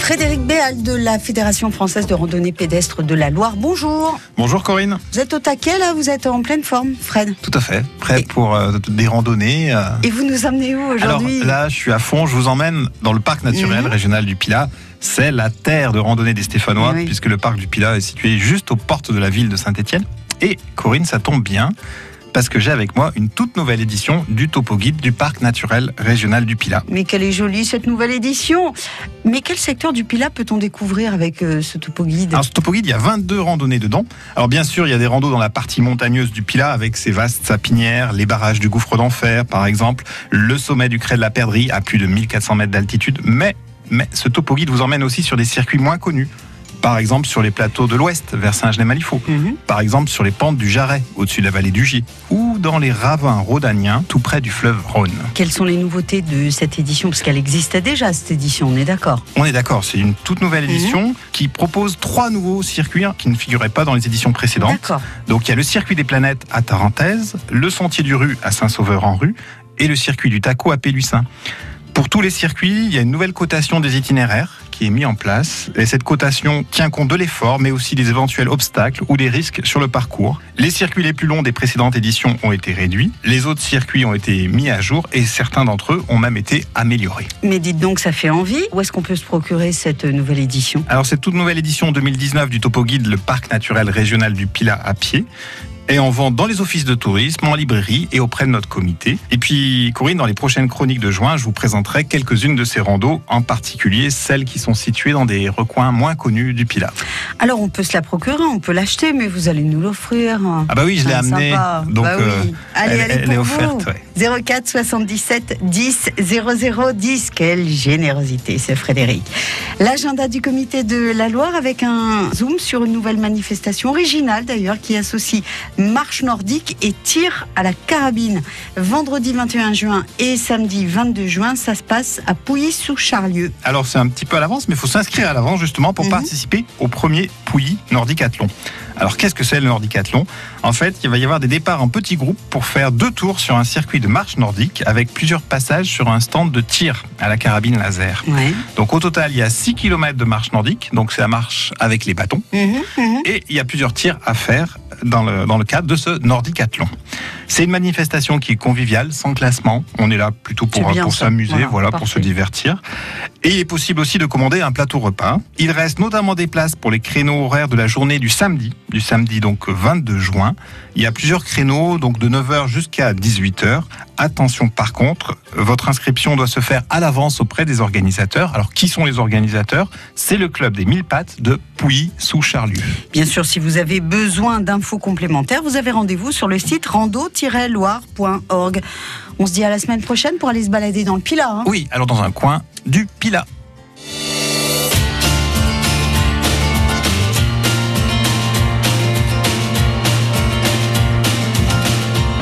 Frédéric Béal de la Fédération française de randonnée pédestre de la Loire. Bonjour. Bonjour Corinne. Vous êtes au taquet là, vous êtes en pleine forme, Fred? Tout à fait, prêt pour des randonnées. Et vous nous emmenez où aujourd'hui? Alors là, je suis à fond, je vous emmène dans le parc naturel régional du Pilat. C'est la terre de randonnée des Stéphanois, puisque le parc du Pilat est situé juste aux portes de la ville de Saint-Étienne. Et Corinne, ça tombe bien, parce que j'ai avec moi une toute nouvelle édition du Topo Guide du parc naturel régional du Pilat. Mais quelle est jolie cette nouvelle édition! Mais quel secteur du Pilat peut-on découvrir avec ce Topo Guide? Alors ce Topo Guide, il y a 22 randonnées dedans. Alors bien sûr, il y a des randos dans la partie montagneuse du Pilat avec ses vastes sapinières, les barrages du Gouffre d'Enfer par exemple, le sommet du Crêt de la Perdrix à plus de 1400 mètres d'altitude. Mais ce Topo Guide vous emmène aussi sur des circuits moins connus. Par exemple sur les plateaux de l'Ouest, vers Saint-Genès-Malifaux. Par exemple sur les pentes du Jarret, au-dessus de la vallée du Gier. Ou dans les ravins rhodaniens, tout près du fleuve Rhône. Quelles sont les nouveautés de cette édition? Parce qu'elle existait déjà, cette édition, on est d'accord? On est d'accord, c'est une toute nouvelle édition qui propose 3 nouveaux circuits qui ne figuraient pas dans les éditions précédentes. D'accord. Donc il y a le circuit des planètes à Tarentaise, le sentier du Rue à Saint-Sauveur-en-Rue et le circuit du Taco à Pélussin. Pour tous les circuits, il y a une nouvelle cotation des itinéraires qui est mise en place. Et cette cotation tient compte de l'effort, mais aussi des éventuels obstacles ou des risques sur le parcours. Les circuits les plus longs des précédentes éditions ont été réduits. Les autres circuits ont été mis à jour et certains d'entre eux ont même été améliorés. Mais dites donc, ça fait envie. Où est-ce qu'on peut se procurer cette nouvelle édition? Alors cette toute nouvelle édition 2019 du Topo Guide, le parc naturel régional du Pilat à pied, est en vente dans les offices de tourisme, en librairie et auprès de notre comité. Et puis, Corinne, dans les prochaines chroniques de juin, je vous présenterai quelques-unes de ces randos, en particulier celles qui sont situées dans des recoins moins connus du Pilat. Alors, on peut se la procurer, on peut l'acheter, mais vous allez nous l'offrir. Ah bah oui, je l'ai amenée. Donc, oui. Elle est offerte. Ouais. 04 77 10 00 10. Quelle générosité, c'est Frédéric. L'agenda du comité de la Loire avec un zoom sur une nouvelle manifestation originale d'ailleurs qui associe marche nordique et tir à la carabine. Vendredi 21 juin et samedi 22 juin, ça se passe à Pouilly-sous-Charlieu. Alors c'est un petit peu à l'avance, mais il faut s'inscrire à l'avance justement pour participer au premier Pouilly Nordicathlon. Alors qu'est-ce que c'est le Nordicathlon? En fait, il va y avoir des départs en petits groupes pour faire 2 tours sur un circuit de marche nordique avec plusieurs passages sur un stand de tir à la carabine laser. Donc au total, il y a 6 km de marche nordique, donc c'est la marche avec les bâtons. Et il y a plusieurs tirs à faire dans le cadre de ce Nordicathlon. C'est une manifestation qui est conviviale, sans classement. On est là plutôt pour s'amuser, voilà, pour se divertir. Et il est possible aussi de commander un plateau repas. Il reste notamment des places pour les créneaux horaires de la journée du samedi donc 22 juin. Il y a plusieurs créneaux, donc de 9h jusqu'à 18h. Attention par contre, votre inscription doit se faire à l'avance auprès des organisateurs. Alors qui sont les organisateurs? C'est le club des 1000 pattes de Pouilly-sous-Charlieu. Bien sûr, si vous avez besoin d'infos complémentaires, vous avez rendez-vous sur le site rando-loire.org. On se dit à la semaine prochaine pour aller se balader dans le Pilat. Oui, alors dans un coin du Pilat.